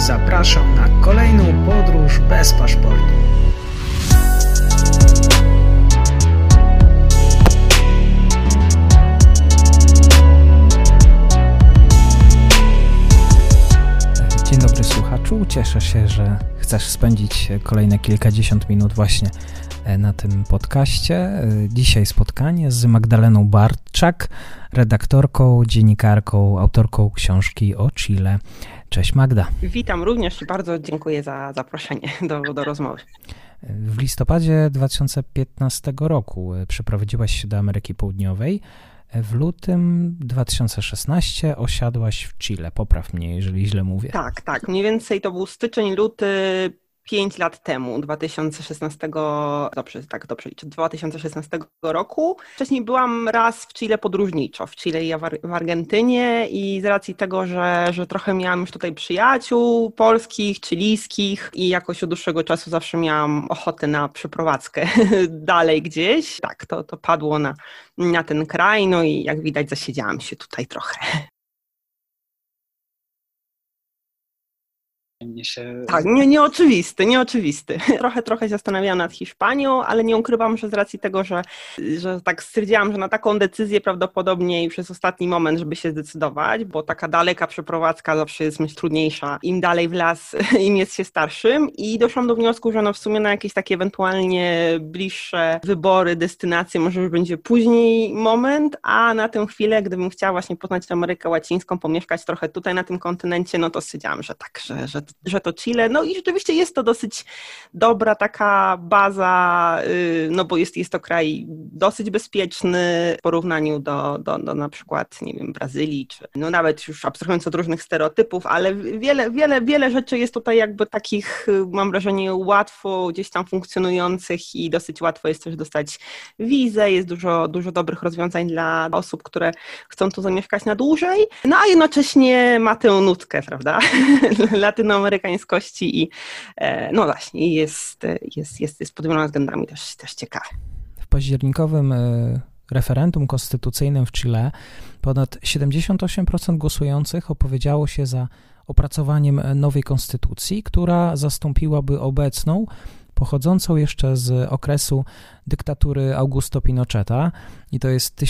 zapraszam na kolejną podróż bez paszportu. Dzień dobry słuchaczu, cieszę się, że chcesz spędzić kolejne kilkadziesiąt minut właśnie na tym podcaście. Dzisiaj spotkanie z Magdaleną Bartczak, redaktorką, dziennikarką, autorką książki o Chile. Cześć Magda. Witam również i bardzo dziękuję za zaproszenie do rozmowy. W listopadzie 2015 roku przeprowadziłaś się do Ameryki Południowej. W lutym 2016 osiadłaś w Chile. Popraw mnie, jeżeli źle mówię. Tak. Mniej więcej to był styczeń, luty 5 lat temu, 2016 roku. Wcześniej byłam raz w Chile podróżniczo, w Chile i w Argentynie i z racji tego, że trochę miałam już tutaj przyjaciół polskich, chilijskich i jakoś od dłuższego czasu zawsze miałam ochotę na przeprowadzkę dalej gdzieś. Tak, to padło na ten kraj, no i jak widać zasiedziałam się tutaj trochę. Tak, nieoczywisty. Trochę się zastanawiałam nad Hiszpanią, ale nie ukrywam, że z racji tego, że tak stwierdziłam, że na taką decyzję prawdopodobnie i przez ostatni moment, żeby się zdecydować, bo taka daleka przeprowadzka zawsze jest myślę trudniejsza, im dalej w las, im jest się starszym i doszłam do wniosku, że w sumie na jakieś takie ewentualnie bliższe wybory, destynacje może już będzie później moment, a na tę chwilę, gdybym chciała właśnie poznać Amerykę Łacińską, pomieszkać trochę tutaj na tym kontynencie, no to stwierdziłam, że tak, że to Chile. No i rzeczywiście jest to dosyć dobra taka baza, no bo jest to kraj dosyć bezpieczny w porównaniu do na przykład, nie wiem, Brazylii, czy no nawet już abstrahując od różnych stereotypów, ale wiele rzeczy jest tutaj jakby takich, mam wrażenie, łatwo gdzieś tam funkcjonujących i dosyć łatwo jest też dostać wizę, jest dużo dobrych rozwiązań dla osób, które chcą tu zamieszkać na dłużej, no a jednocześnie ma tę nutkę, prawda, latynoamerykańskości i no właśnie jest pod wieloma względami też ciekawe. W październikowym referendum konstytucyjnym w Chile ponad 78% głosujących opowiedziało się za opracowaniem nowej konstytucji, która zastąpiłaby obecną, pochodzącą jeszcze z okresu dyktatury Augusto Pinocheta i to jest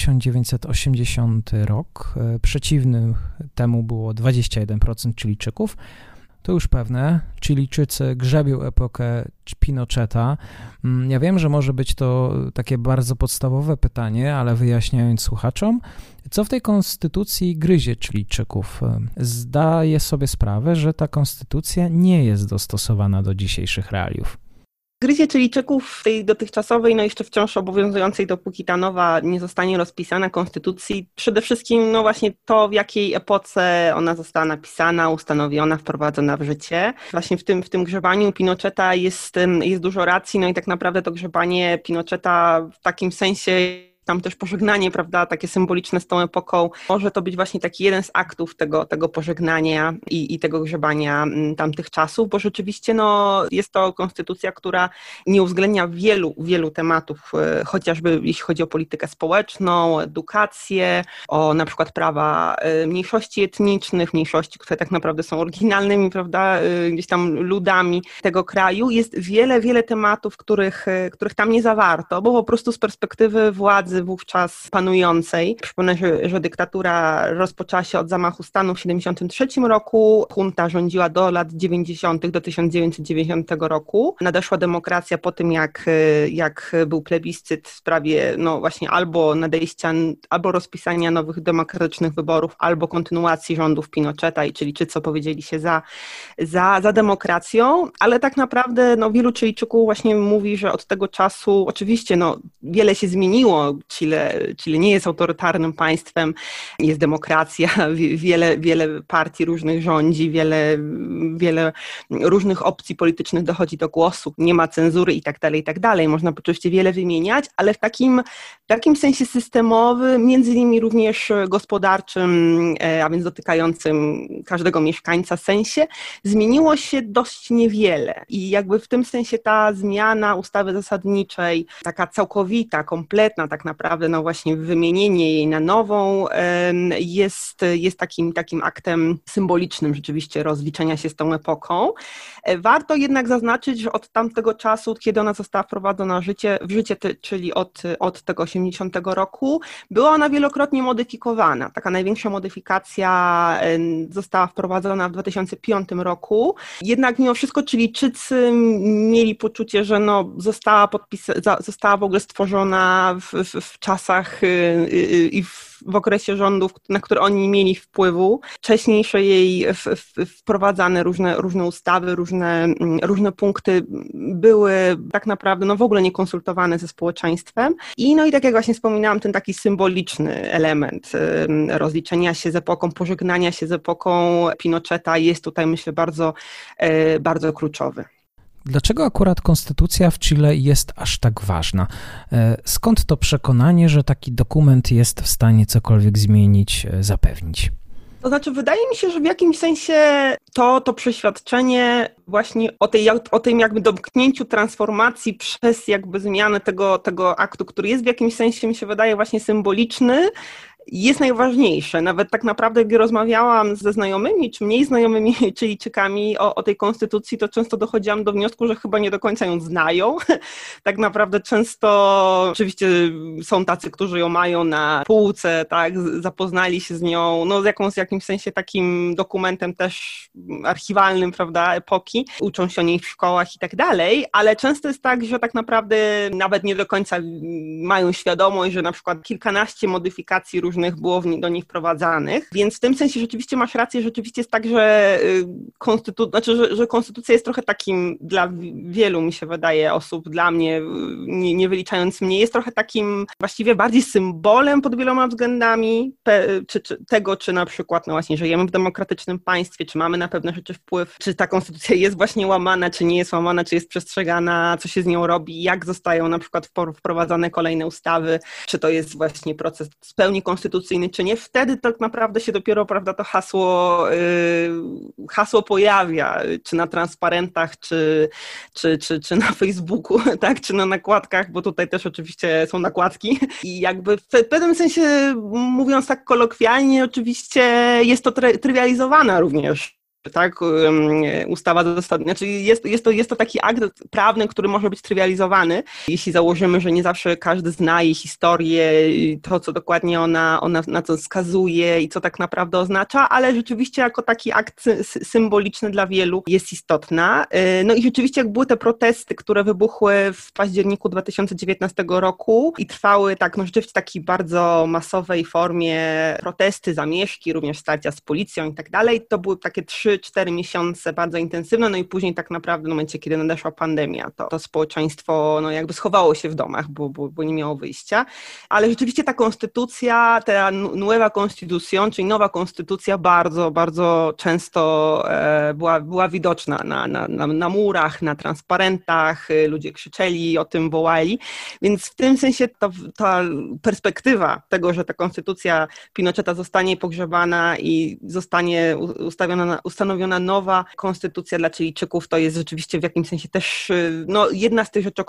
1980 rok. Przeciwnym temu było 21% Chilijczyków. To już pewne, Chilijczycy grzebią epokę Pinocheta. Ja wiem, że może być to takie bardzo podstawowe pytanie, ale wyjaśniając słuchaczom, co w tej konstytucji gryzie Chilijczyków? Zdaję sobie sprawę, że ta konstytucja nie jest dostosowana do dzisiejszych realiów. Gryzie Chilijczyków w tej dotychczasowej, no jeszcze wciąż obowiązującej, dopóki ta nowa nie zostanie rozpisana konstytucji, przede wszystkim no właśnie to, w jakiej epoce ona została napisana, ustanowiona, wprowadzona w życie. Właśnie w tym grzebaniu Pinocheta jest dużo racji, no i tak naprawdę to grzebanie Pinocheta w takim sensie tam też pożegnanie, prawda, takie symboliczne z tą epoką, może to być właśnie taki jeden z aktów tego pożegnania i tego grzebania tamtych czasów, bo rzeczywiście no, jest to konstytucja, która nie uwzględnia wielu tematów, chociażby jeśli chodzi o politykę społeczną, edukację, o na przykład prawa mniejszości etnicznych, mniejszości, które tak naprawdę są oryginalnymi, prawda, gdzieś tam ludami tego kraju. Jest wiele tematów, których tam nie zawarto, bo po prostu z perspektywy władzy wówczas panującej. Przypomnę, że dyktatura rozpoczęła się od zamachu stanu w 1973 roku. Junta rządziła do lat 90., do 1990 roku. Nadeszła demokracja po tym, jak był plebiscyt w sprawie no właśnie albo nadejścia, albo rozpisania nowych demokratycznych wyborów, albo kontynuacji rządów Pinocheta i Chilijczycy opowiedzieli się za demokracją, ale tak naprawdę no, wielu Chilijczyków właśnie mówi, że od tego czasu oczywiście no, wiele się zmieniło. Chile nie jest autorytarnym państwem, jest demokracja, wiele partii różnych rządzi, wiele różnych opcji politycznych dochodzi do głosu, nie ma cenzury i tak dalej. Można oczywiście wiele wymieniać, ale w takim sensie systemowym, między innymi również gospodarczym, a więc dotykającym każdego mieszkańca sensie, zmieniło się dość niewiele i jakby w tym sensie ta zmiana ustawy zasadniczej, taka całkowita, kompletna tak naprawdę, naprawdę no właśnie wymienienie jej na nową jest takim aktem symbolicznym rzeczywiście rozliczenia się z tą epoką. Warto jednak zaznaczyć, że od tamtego czasu, kiedy ona została wprowadzona w życie, czyli od tego 80 roku, była ona wielokrotnie modyfikowana. Taka największa modyfikacja została wprowadzona w 2005 roku. Jednak mimo wszystko Chilijczycy mieli poczucie, że no została w ogóle stworzona w czasach i w okresie rządów, na które oni nie mieli wpływu. Wcześniejsze jej wprowadzane różne ustawy, różne punkty były tak naprawdę no w ogóle niekonsultowane ze społeczeństwem. I tak jak właśnie wspominałam, ten taki symboliczny element rozliczenia się z epoką, pożegnania się z epoką Pinocheta jest tutaj, myślę, bardzo, bardzo kluczowy. Dlaczego akurat konstytucja w Chile jest aż tak ważna? Skąd to przekonanie, że taki dokument jest w stanie cokolwiek zmienić, zapewnić? To znaczy, wydaje mi się, że w jakimś sensie to przeświadczenie właśnie o tym jakby domknięciu transformacji przez jakby zmianę tego aktu, który jest w jakimś sensie, mi się wydaje, właśnie symboliczny, jest najważniejsze. Nawet tak naprawdę, gdy rozmawiałam ze znajomymi, czy mniej znajomymi Chilijczykami o tej konstytucji, to często dochodziłam do wniosku, że chyba nie do końca ją znają. Tak naprawdę często oczywiście są tacy, którzy ją mają na półce, tak, zapoznali się z nią, no z jakimś sensie takim dokumentem też archiwalnym, prawda, epoki, uczą się o niej w szkołach i tak dalej, ale często jest tak, że tak naprawdę nawet nie do końca mają świadomość, że na przykład kilkanaście modyfikacji różnych było do nich wprowadzanych, więc w tym sensie rzeczywiście masz rację, rzeczywiście jest tak, że że konstytucja jest trochę takim dla wielu, mi się wydaje, osób, dla mnie, nie wyliczając mnie, jest trochę takim właściwie bardziej symbolem pod wieloma względami czy na przykład no właśnie żyjemy w demokratycznym państwie, czy mamy na pewne rzeczy wpływ, czy ta konstytucja jest właśnie łamana, czy nie jest łamana, czy jest przestrzegana, co się z nią robi, jak zostają na przykład wprowadzane kolejne ustawy, czy to jest właśnie proces w pełni konstytucyjny, czy nie, wtedy tak naprawdę się dopiero, prawda, to hasło pojawia, czy na transparentach, czy na Facebooku, tak, czy na nakładkach, bo tutaj też oczywiście są nakładki i jakby w pewnym sensie, mówiąc tak kolokwialnie, oczywiście jest to trywializowana również. Tak, ustawa znaczy jest to taki akt prawny, który może być trywializowany, jeśli założymy, że nie zawsze każdy zna jej historię, to co dokładnie ona na co wskazuje i co tak naprawdę oznacza, ale rzeczywiście jako taki akt symboliczny dla wielu jest istotna. No i rzeczywiście jak były te protesty, które wybuchły w październiku 2019 roku i trwały tak, no rzeczywiście w takiej bardzo masowej formie protesty, zamieszki, również starcia z policją i tak dalej, to były takie 3-4 miesiące bardzo intensywne, no i później tak naprawdę w momencie, kiedy nadeszła pandemia, to społeczeństwo no jakby schowało się w domach, bo nie miało wyjścia, ale rzeczywiście ta konstytucja, ta Nueva Constitución, czyli nowa konstytucja bardzo, bardzo często była widoczna na murach, na transparentach, ludzie krzyczeli, o tym wołali, więc w tym sensie ta perspektywa tego, że ta konstytucja Pinocheta zostanie pogrzebana i zostanie ustanowiona nowa konstytucja dla Chilijczyków, to jest rzeczywiście w jakimś sensie też no, jedna z tych rzeczy,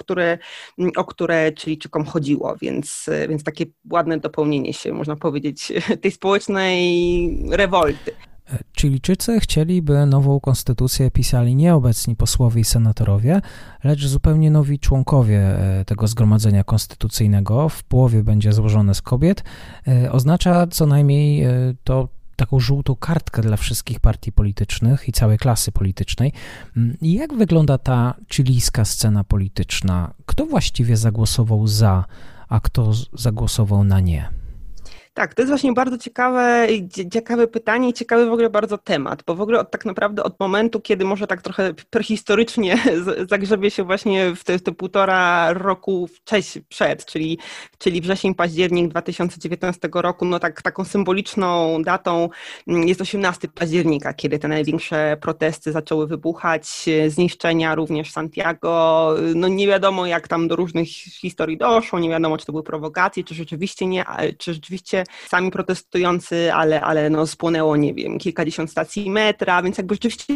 o które Chilijczykom chodziło, więc takie ładne dopełnienie się, można powiedzieć, tej społecznej rewolty. Chilijczycy chcieliby nową konstytucję pisali nie obecni posłowie i senatorowie, lecz zupełnie nowi członkowie tego zgromadzenia konstytucyjnego. W połowie będzie złożone z kobiet. Oznacza co najmniej to taką żółtą kartkę dla wszystkich partii politycznych i całej klasy politycznej. Jak wygląda ta chilijska scena polityczna? Kto właściwie zagłosował za, a kto zagłosował na nie? Tak, to jest właśnie bardzo ciekawe pytanie i ciekawy w ogóle bardzo temat, bo w ogóle tak naprawdę od momentu, kiedy może tak trochę prehistorycznie zagrzebie się właśnie w te półtora roku przed, czyli wrzesień, październik 2019 roku, no tak taką symboliczną datą jest 18 października, kiedy te największe protesty zaczęły wybuchać, zniszczenia również w Santiago, no nie wiadomo jak tam do różnych historii doszło, nie wiadomo czy to były prowokacje, czy rzeczywiście oczywiście sami protestujący, ale no spłonęło, nie wiem, kilkadziesiąt stacji metra, więc jakby rzeczywiście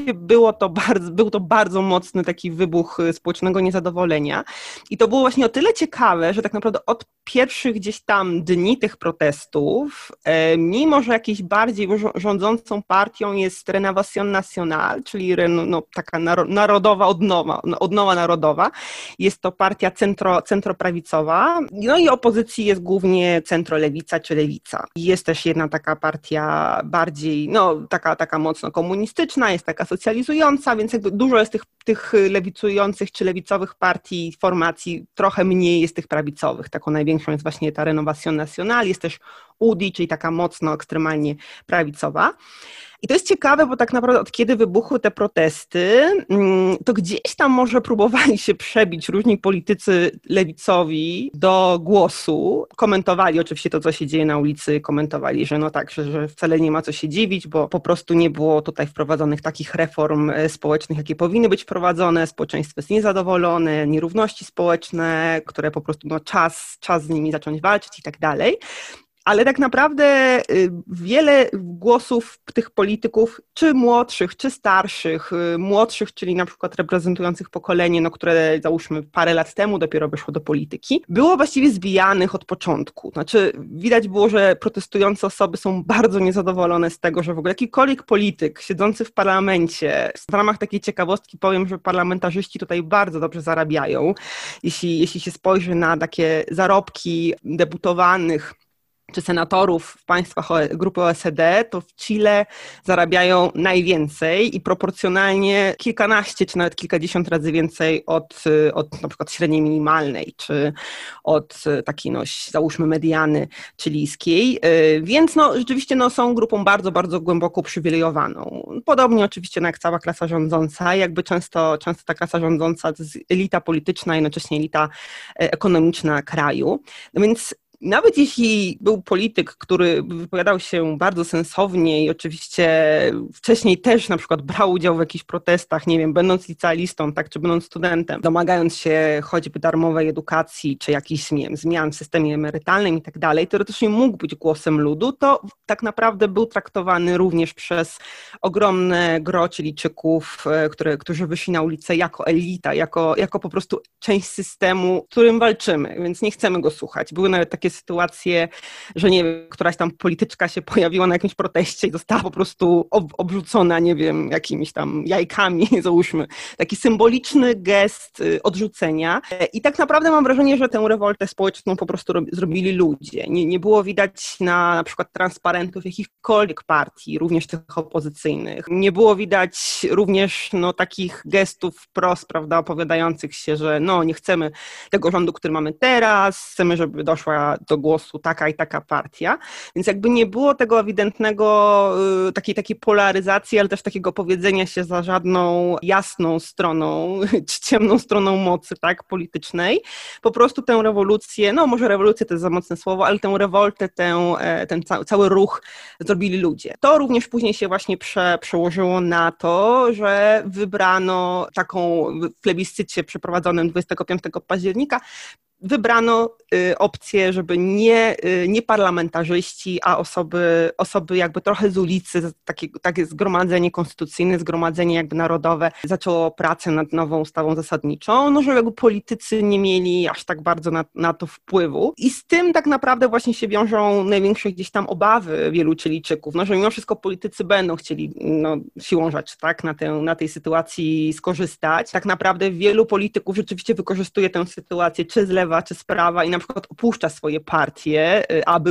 był to bardzo mocny taki wybuch społecznego niezadowolenia. I to było właśnie o tyle ciekawe, że tak naprawdę od pierwszych gdzieś tam dni tych protestów, mimo że jakieś bardziej rządzącą partią jest Rénovation Nationale, czyli taka narodowa odnowa narodowa, jest to partia centroprawicowa, no i opozycji jest głównie centrolewica czy lewica. Jest też jedna taka partia bardziej, taka mocno komunistyczna, jest taka socjalizująca, więc jakby dużo jest tych lewicujących czy lewicowych partii, formacji, trochę mniej jest tych prawicowych. Taką największą jest właśnie ta Rénovation Nationale, jest też UDI, czyli taka mocno ekstremalnie prawicowa. I to jest ciekawe, bo tak naprawdę od kiedy wybuchły te protesty, to gdzieś tam może próbowali się przebić różni politycy lewicowi do głosu. Komentowali oczywiście to, co się dzieje na ulicy, komentowali, że że wcale nie ma co się dziwić, bo po prostu nie było tutaj wprowadzonych takich reform społecznych, jakie powinny być wprowadzone. Społeczeństwo jest niezadowolone, nierówności społeczne, które po prostu czas z nimi zacząć walczyć i tak dalej. Ale tak naprawdę wiele głosów tych polityków, czy młodszych, czy starszych, młodszych, czyli na przykład reprezentujących pokolenie, które załóżmy parę lat temu dopiero weszło do polityki, było właściwie zbijanych od początku. Znaczy widać było, że protestujące osoby są bardzo niezadowolone z tego, że w ogóle jakikolwiek polityk siedzący w parlamencie, w ramach takiej ciekawostki powiem, że parlamentarzyści tutaj bardzo dobrze zarabiają. Jeśli się spojrzy na takie zarobki deputowanych, czy senatorów w państwach grupy OECD, to w Chile zarabiają najwięcej i proporcjonalnie kilkanaście czy nawet kilkadziesiąt razy więcej od na przykład średniej minimalnej, czy od takiej załóżmy mediany chilijskiej, więc rzeczywiście są grupą bardzo, bardzo głęboko uprzywilejowaną. Podobnie oczywiście jak cała klasa rządząca, jakby często ta klasa rządząca to jest elita polityczna, jednocześnie elita ekonomiczna kraju, no więc nawet jeśli był polityk, który wypowiadał się bardzo sensownie i oczywiście wcześniej też na przykład brał udział w jakichś protestach, nie wiem, będąc licealistą, tak, czy będąc studentem, domagając się choćby darmowej edukacji, czy jakichś, nie wiem, zmian w systemie emerytalnym i tak dalej, teoretycznie mógł być głosem ludu, to tak naprawdę był traktowany również przez ogromne gro Chilijczyków, którzy wyszli na ulicę jako elita, jako po prostu część systemu, którym walczymy, więc nie chcemy go słuchać. Były nawet takie sytuacje, że nie wiem, któraś tam polityczka się pojawiła na jakimś proteście i została po prostu obrzucona, nie wiem, jakimiś tam jajkami, załóżmy. Taki symboliczny gest odrzucenia. I tak naprawdę mam wrażenie, że tę rewoltę społeczną po prostu zrobili ludzie. Nie było widać na przykład transparentów jakichkolwiek partii, również tych opozycyjnych. Nie było widać również takich gestów wprost, prawda, opowiadających się, że nie chcemy tego rządu, który mamy teraz, chcemy, żeby doszła do głosu taka i taka partia, więc jakby nie było tego ewidentnego, takiej polaryzacji, ale też takiego powiedzenia się za żadną jasną stroną, czy ciemną stroną mocy, tak, politycznej. Po prostu tę rewolucję, może rewolucja to jest za mocne słowo, ale tę rewoltę, ten cały ruch zrobili ludzie. To również później się właśnie przełożyło na to, że wybrano taką w plebiscycie przeprowadzonym 25 października, wybrano opcję, żeby nie parlamentarzyści, a osoby jakby trochę z ulicy, takie zgromadzenie konstytucyjne, zgromadzenie jakby narodowe zaczęło pracę nad nową ustawą zasadniczą, żeby jakby politycy nie mieli aż tak bardzo na to wpływu. I z tym tak naprawdę właśnie się wiążą największe gdzieś tam obawy wielu Chilijczyków, że mimo wszystko politycy będą chcieli siłą rzeczy, tak, na tej sytuacji skorzystać. Tak naprawdę wielu polityków rzeczywiście wykorzystuje tę sytuację, czy z lewa, czy z prawa i na przykład opuszcza swoje partie,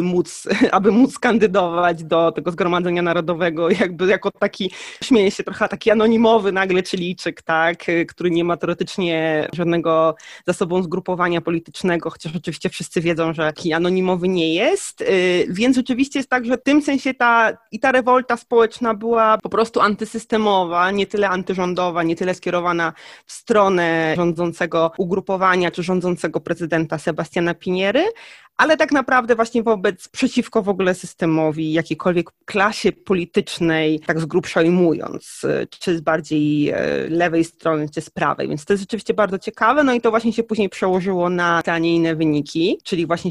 aby móc kandydować do tego Zgromadzenia Narodowego, jakby jako taki, śmieje się trochę, taki anonimowy nagle Chilijczyk, tak, który nie ma teoretycznie żadnego za sobą zgrupowania politycznego, chociaż oczywiście wszyscy wiedzą, że taki anonimowy nie jest, więc rzeczywiście jest tak, że w tym sensie ta rewolta społeczna była po prostu antysystemowa, nie tyle antyrządowa, nie tyle skierowana w stronę rządzącego ugrupowania czy rządzącego prezydenta Sebastiana Piñery, ale tak naprawdę właśnie przeciwko w ogóle systemowi, jakiejkolwiek klasie politycznej, tak z grubsza ujmując, czy z bardziej lewej strony, czy z prawej, więc to jest rzeczywiście bardzo ciekawe, no i to właśnie się później przełożyło na te, a nie inne wyniki, czyli właśnie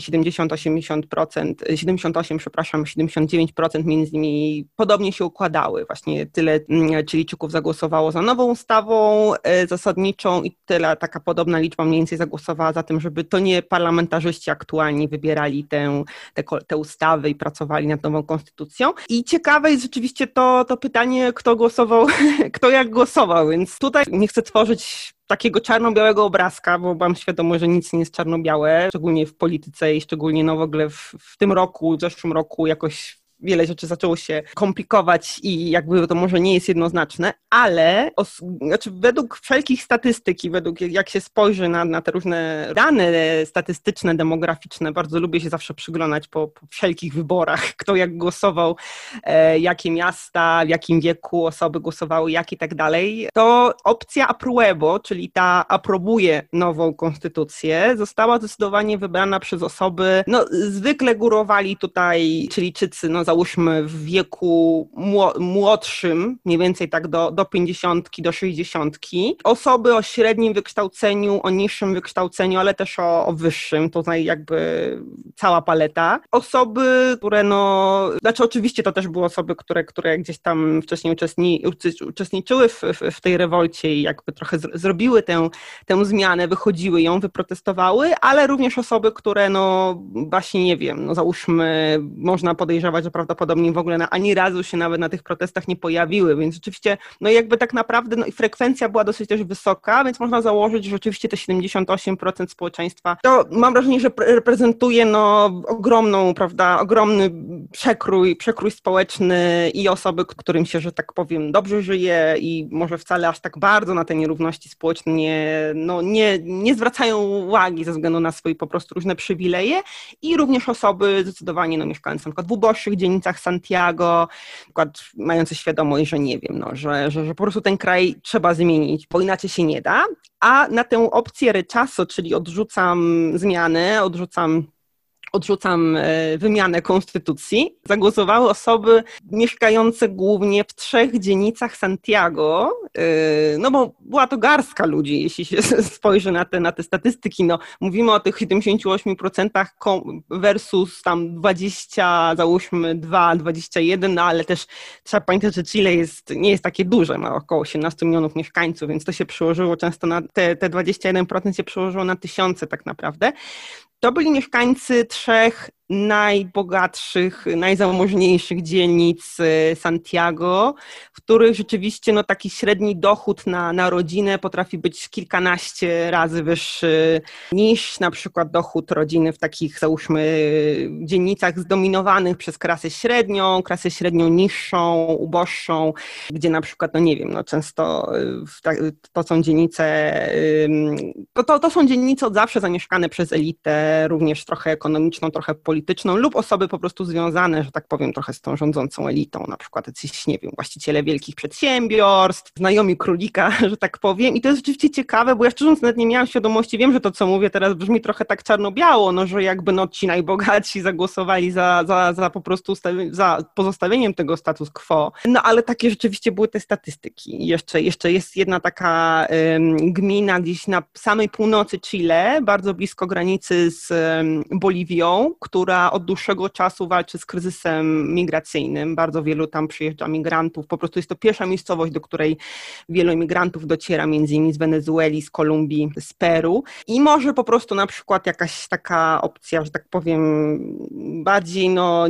79% między nimi podobnie się układały, właśnie tyle Chilijczyków zagłosowało za nową ustawą zasadniczą i tyle, taka podobna liczba mniej więcej zagłosowała za tym, żeby to nie parlamentarzyści aktualni wybierali te ustawy i pracowali nad nową konstytucją. I ciekawe jest rzeczywiście to pytanie, kto głosował, kto jak głosował, więc tutaj nie chcę tworzyć takiego czarno-białego obrazka, bo mam świadomość, że nic nie jest czarno-białe, szczególnie w polityce i szczególnie w ogóle w tym roku, w zeszłym roku jakoś wiele rzeczy zaczęło się komplikować i jakby to może nie jest jednoznaczne, ale według wszelkich statystyk i według jak się spojrzy na te różne dane statystyczne, demograficzne, bardzo lubię się zawsze przyglądać po wszelkich wyborach, kto jak głosował, jakie miasta, w jakim wieku osoby głosowały, jak i tak dalej, to opcja apruebo, czyli ta aprobuje nową konstytucję, została zdecydowanie wybrana przez osoby, zwykle górowali tutaj Chilijczycy, załóżmy w wieku młodszym, mniej więcej tak do 50, do 60, osoby o średnim wykształceniu, o niższym wykształceniu, ale też o wyższym, to jakby cała paleta. Osoby, które oczywiście to też były osoby, które gdzieś tam wcześniej uczestniczyły w tej rewolcie i jakby trochę zrobiły tę zmianę, wychodziły ją, wyprotestowały, ale również osoby, które właśnie nie wiem, załóżmy można podejrzewać, że prawdopodobnie w ogóle ani razu się nawet na tych protestach nie pojawiły, więc rzeczywiście jakby tak naprawdę i frekwencja była dosyć też wysoka, więc można założyć, że rzeczywiście te 78% społeczeństwa to mam wrażenie, że reprezentuje ogromną, prawda, ogromny przekrój społeczny i osoby, którym się, że tak powiem, dobrze żyje i może wcale aż tak bardzo na te nierówności społeczne nie zwracają uwagi ze względu na swoje po prostu różne przywileje i również osoby zdecydowanie mieszkające na przykład w uboższych dzielnicach Santiago, na przykład mające świadomość, że nie wiem, że po prostu ten kraj trzeba zmienić, bo inaczej się nie da, a na tę opcję rechazo, czyli odrzucam zmianę, odrzucam wymianę konstytucji, zagłosowały osoby mieszkające głównie w 3 dzielnicach Santiago, bo była to garstka ludzi, jeśli się spojrzy na te statystyki, mówimy o tych 78% versus tam 20, załóżmy 2, 21, ale też trzeba pamiętać, że Chile nie jest takie duże, ma około 18 milionów mieszkańców, więc to się przełożyło często te 21% się przełożyło na tysiące tak naprawdę. To byli mieszkańcy 3 najbogatszych, najzamożniejszych dzielnic Santiago, w których rzeczywiście taki średni dochód na rodzinę potrafi być kilkanaście razy wyższy niż na przykład dochód rodziny w takich, załóżmy, dzielnicach zdominowanych przez klasę średnią niższą, uboższą, gdzie na przykład, często to są dzielnice, to są dzielnice od zawsze zamieszkane przez elitę, również trochę ekonomiczną, trochę polityczną lub osoby po prostu związane, że tak powiem, trochę z tą rządzącą elitą, na przykład jacyś, nie wiem, właściciele wielkich przedsiębiorstw, znajomi królika, że tak powiem. I to jest rzeczywiście ciekawe, bo ja szczerze mówiąc nawet nie miałam świadomości, wiem, że to, co mówię teraz brzmi trochę tak czarno-biało, że jakby ci najbogatsi zagłosowali za po prostu za pozostawieniem tego status quo. Ale takie rzeczywiście były te statystyki. Jeszcze jest jedna taka gmina gdzieś na samej północy Chile, bardzo blisko granicy z Boliwią, która od dłuższego czasu walczy z kryzysem migracyjnym. Bardzo wielu tam przyjeżdża migrantów. Po prostu jest to pierwsza miejscowość, do której wielu imigrantów dociera, między innymi z Wenezueli, z Kolumbii, z Peru. I może po prostu na przykład jakaś taka opcja, że tak powiem, bardziej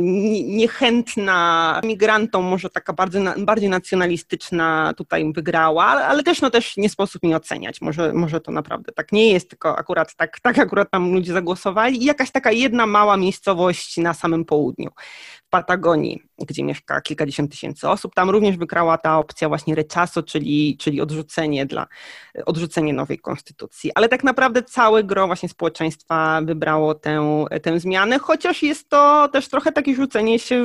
niechętna migrantom, może taka bardziej nacjonalistyczna tutaj wygrała, ale też nie sposób nie oceniać. Może to naprawdę tak nie jest, tylko akurat tak akurat tam ludzie zagłosowali i jakaś taka jedna mała miejscowość miejscowość na samym południu, w Patagonii, gdzie mieszka kilkadziesiąt tysięcy osób. Tam również wygrała ta opcja właśnie rechazo, czyli odrzucenie nowej konstytucji. Ale tak naprawdę całe gro właśnie społeczeństwa wybrało tę zmianę, chociaż jest to też trochę takie rzucenie się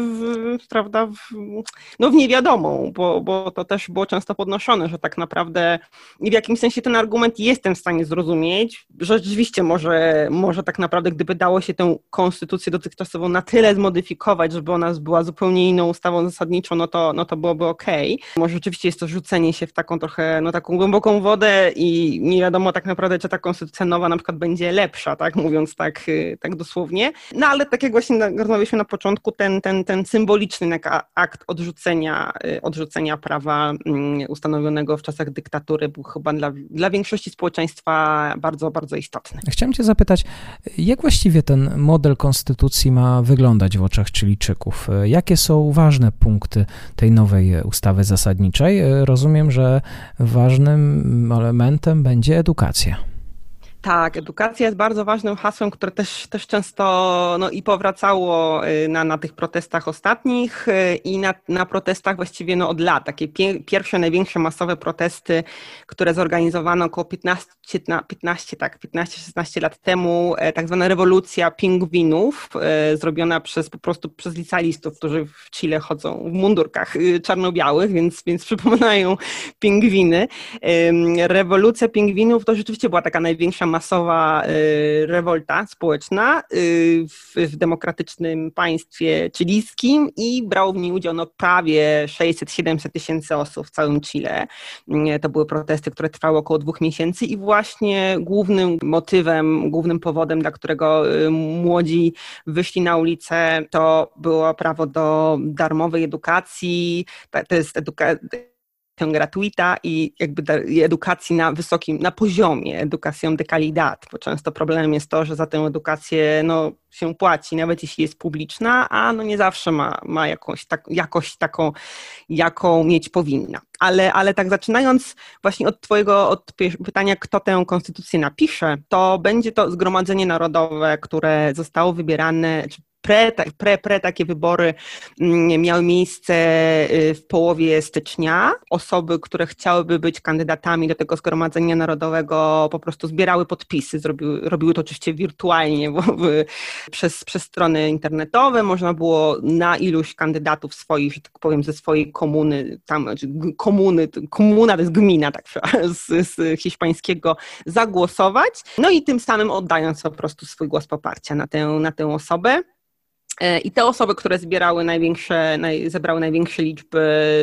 w niewiadomą, bo to też było często podnoszone, że tak naprawdę i w jakimś sensie ten argument jestem w stanie zrozumieć, że rzeczywiście może tak naprawdę, gdyby dało się tę konstytucję dotychczasową na tyle zmodyfikować, żeby ona była zupełnie inną ustawą zasadniczą, no to byłoby okej. Może rzeczywiście jest to rzucenie się w taką trochę, taką głęboką wodę i nie wiadomo tak naprawdę, czy ta konstytucja nowa na przykład będzie lepsza, tak mówiąc tak dosłownie. No ale tak jak właśnie rozmawialiśmy na początku, ten symboliczny akt odrzucenia prawa ustanowionego w czasach dyktatury był chyba dla większości społeczeństwa bardzo, bardzo istotny. Chciałem cię zapytać, jak właściwie ten model konstytucji ma wyglądać w oczach Chilijczyków? Jakie są ważne punkty tej nowej ustawy zasadniczej? Rozumiem, że ważnym elementem będzie edukacja. Tak, edukacja jest bardzo ważnym hasłem, które też często i powracało na tych protestach ostatnich i na protestach właściwie od lat. Takie pierwsze, największe masowe protesty, które zorganizowano około 15-16 lat temu, tak zwana rewolucja pingwinów, zrobiona po prostu przez licealistów, którzy w Chile chodzą w mundurkach czarno-białych, więc przypominają pingwiny. Rewolucja pingwinów to rzeczywiście była taka największa masowa rewolta społeczna w demokratycznym państwie chilijskim i brało w niej udział prawie 600-700 tysięcy osób w całym Chile. To były protesty, które trwały około 2 miesięcy i właśnie głównym motywem, głównym powodem, dla którego młodzi wyszli na ulicę, to było prawo do darmowej edukacji, to jest edukacja gratuita i edukacji na poziomie, edukacją de calidad, bo często problemem jest to, że za tę edukację się płaci, nawet jeśli jest publiczna, a nie zawsze ma jakość taką, jaką mieć powinna. Ale tak zaczynając właśnie od pytania, kto tę konstytucję napisze, to będzie to Zgromadzenie Narodowe, które zostało wybierane, takie wybory miały miejsce w połowie stycznia. Osoby, które chciałyby być kandydatami do tego Zgromadzenia Narodowego, po prostu zbierały podpisy. Robiły to oczywiście wirtualnie, bo przez strony internetowe można było na iluś kandydatów swoich, że tak powiem, ze swojej komuny, komuna to jest gmina, tak z hiszpańskiego, zagłosować. I tym samym oddając po prostu swój głos poparcia na tę osobę. I te osoby, które zebrały największe liczby,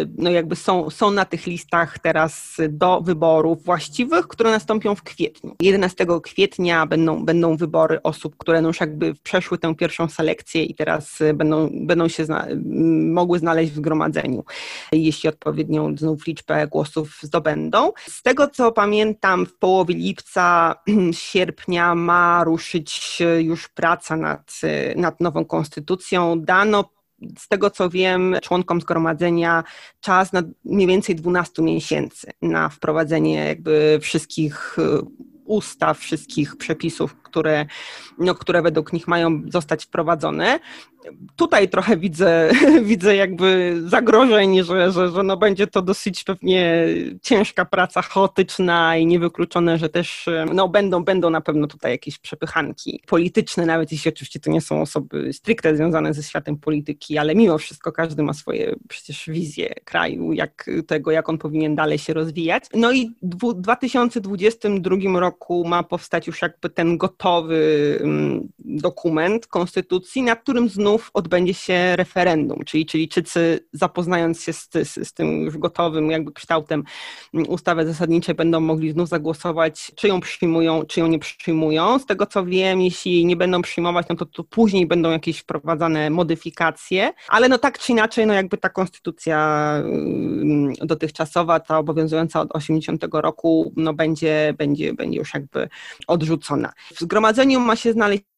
są na tych listach teraz do wyborów właściwych, które nastąpią w kwietniu. 11 kwietnia będą wybory osób, które już przeszły tę pierwszą selekcję i teraz będą się mogły znaleźć w zgromadzeniu, jeśli odpowiednią znów liczbę głosów zdobędą. Z tego, co pamiętam, w połowie lipca, sierpnia ma ruszyć już praca nad nową konstytucją. Dano, z tego co wiem, członkom zgromadzenia czas na mniej więcej 12 miesięcy na wprowadzenie wszystkich ustaw, wszystkich przepisów, które według nich mają zostać wprowadzone. Tutaj trochę widzę zagrożeń, że będzie to dosyć pewnie ciężka praca, chaotyczna i niewykluczone, że też będą na pewno tutaj jakieś przepychanki polityczne, nawet jeśli oczywiście to nie są osoby stricte związane ze światem polityki, ale mimo wszystko każdy ma swoje przecież wizje kraju, jak on powinien dalej się rozwijać. I w 2022 roku ma powstać już ten gotowy dokument konstytucji, na którym znów odbędzie się referendum, czyli Chilijczycy, zapoznając się z tym już gotowym kształtem ustawy zasadniczej, będą mogli znów zagłosować, czy ją przyjmują, czy ją nie przyjmują. Z tego co wiem, jeśli nie będą przyjmować, to później będą jakieś wprowadzane modyfikacje, ale tak czy inaczej, ta konstytucja dotychczasowa, ta obowiązująca od 80 roku, będzie już odrzucona. W zgromadzeniu ma się znaleźć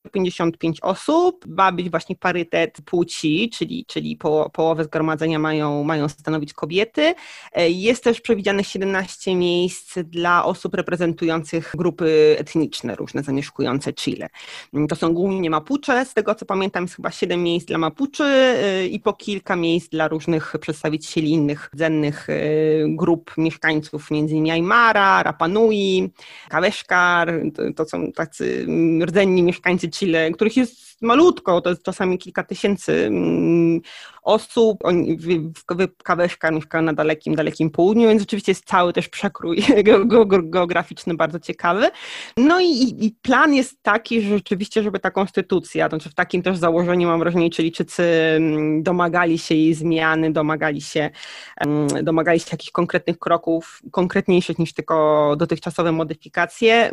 55 osób, ma być właśnie parytet płci, czyli połowę zgromadzenia mają stanowić kobiety. Jest też przewidziane 17 miejsc dla osób reprezentujących grupy etniczne różne zamieszkujące Chile. To są głównie Mapuche, z tego co pamiętam jest chyba 7 miejsc dla Mapuche i po kilka miejsc dla różnych przedstawicieli innych rdzennych grup mieszkańców, m.in. Aymara, Rapa Nui, Kaweszkar, to są tacy rdzenni mieszkańcy Chile, których jest malutko, to jest czasami kilka tysięcy osób. Kaweszkar mieszkają na dalekim południu, więc rzeczywiście jest cały też przekrój geograficzny bardzo ciekawy. No i plan jest taki, że rzeczywiście, żeby ta konstytucja, to znaczy w takim też założeniu mam wrażenie, Chilijczycy domagali się jej zmiany, domagali się jakichś konkretnych kroków, konkretniejszych niż tylko dotychczasowe modyfikacje,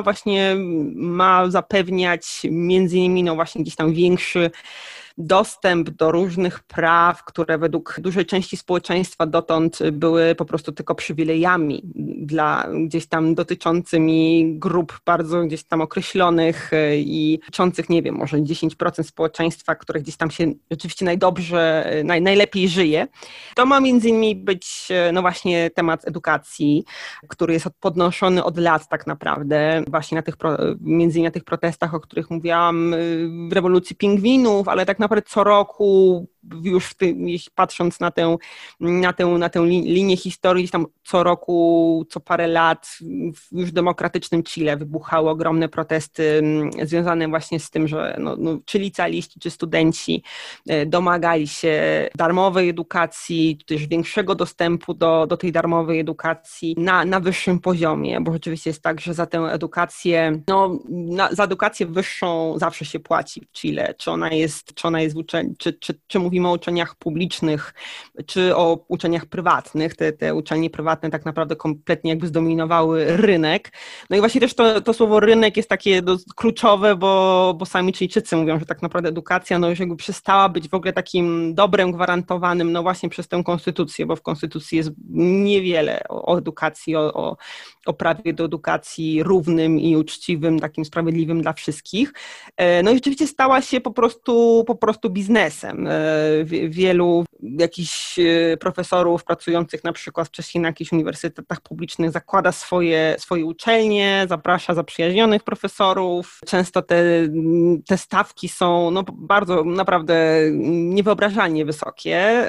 ma zapewniać między innymi no właśnie gdzieś tam większy dostęp do różnych praw, które według dużej części społeczeństwa dotąd były po prostu tylko przywilejami dla gdzieś tam dotyczącymi grup bardzo gdzieś tam określonych i dotyczących, nie wiem, może 10% społeczeństwa, które gdzieś tam się rzeczywiście najlepiej żyje. To ma między innymi być no właśnie temat edukacji, który jest podnoszony od lat tak naprawdę, właśnie między innymi na tych protestach, o których mówiłam, w rewolucji pingwinów, ale tak naprawdę co roku, już patrząc na tę linię historii, tam co roku, co parę lat już w demokratycznym Chile wybuchały ogromne protesty związane właśnie z tym, że czy licealiści, czy studenci domagali się darmowej edukacji, czy też większego dostępu do tej darmowej edukacji na wyższym poziomie, bo rzeczywiście jest tak, że za tę edukację, za edukację wyższą zawsze się płaci w Chile, czy ona jest w uczelni, czy mówimy o uczelniach publicznych, czy o uczelniach prywatnych. Te uczelnie prywatne tak naprawdę kompletnie jakby zdominowały rynek. No i właśnie też to słowo rynek jest takie kluczowe, bo sami Chilijczycy mówią, że tak naprawdę edukacja już jakby przestała być w ogóle takim dobrem gwarantowanym właśnie przez tę konstytucję, bo w konstytucji jest niewiele o edukacji, o prawie do edukacji równym i uczciwym, takim sprawiedliwym dla wszystkich. No i rzeczywiście stała się po prostu biznesem. Wielu jakichś profesorów pracujących na przykład wcześniej na jakichś uniwersytetach publicznych zakłada swoje uczelnie, zaprasza zaprzyjaźnionych profesorów. Często te stawki są bardzo naprawdę niewyobrażalnie wysokie.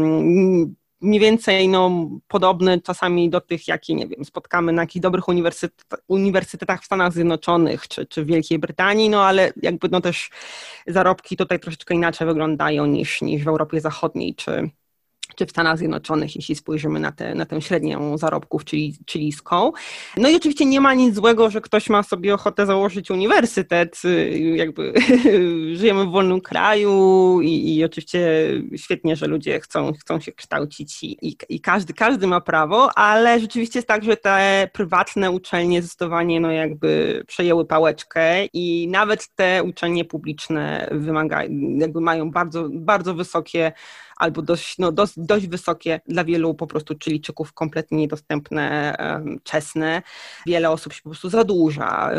Mniej więcej podobne czasami do tych, jakie, nie wiem, spotkamy na jakichś dobrych uniwersytetach w Stanach Zjednoczonych czy w Wielkiej Brytanii, ale jakby też zarobki tutaj troszeczkę inaczej wyglądają niż w Europie Zachodniej czy w Stanach Zjednoczonych, jeśli spojrzymy na tę średnią zarobków chilijską. No i oczywiście nie ma nic złego, że ktoś ma sobie ochotę założyć uniwersytet, jakby żyjemy w wolnym kraju i oczywiście świetnie, że ludzie chcą się kształcić i każdy ma prawo, ale rzeczywiście jest tak, że te prywatne uczelnie zdecydowanie jakby przejęły pałeczkę i nawet te uczelnie publiczne jakby mają bardzo, bardzo wysokie albo dość wysokie dla wielu po prostu Chilijczyków kompletnie niedostępne, czesne. Wiele osób się po prostu zadłuża,